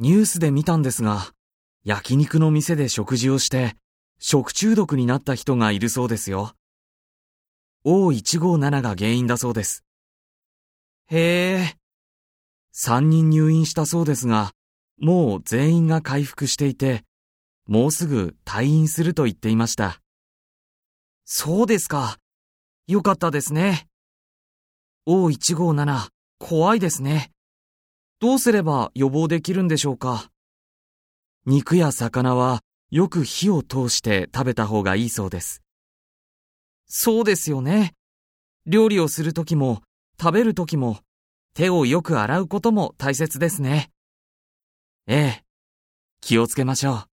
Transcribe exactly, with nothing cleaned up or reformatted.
ニュースで見たんですが、焼肉の店で食事をして、食中毒になった人がいるそうですよ。オーいちごーななが原因だそうです。へえ。さんにん入院したそうですが、もう全員が回復していて、もうすぐ退院すると言っていました。そうですか。よかったですね。オーいちごーなな、怖いですね。どうすれば予防できるんでしょうか。肉や魚はよく火を通して食べた方がいいそうです。そうですよね。料理をするときも食べるときも手をよく洗うことも大切ですね。ええ、気をつけましょう。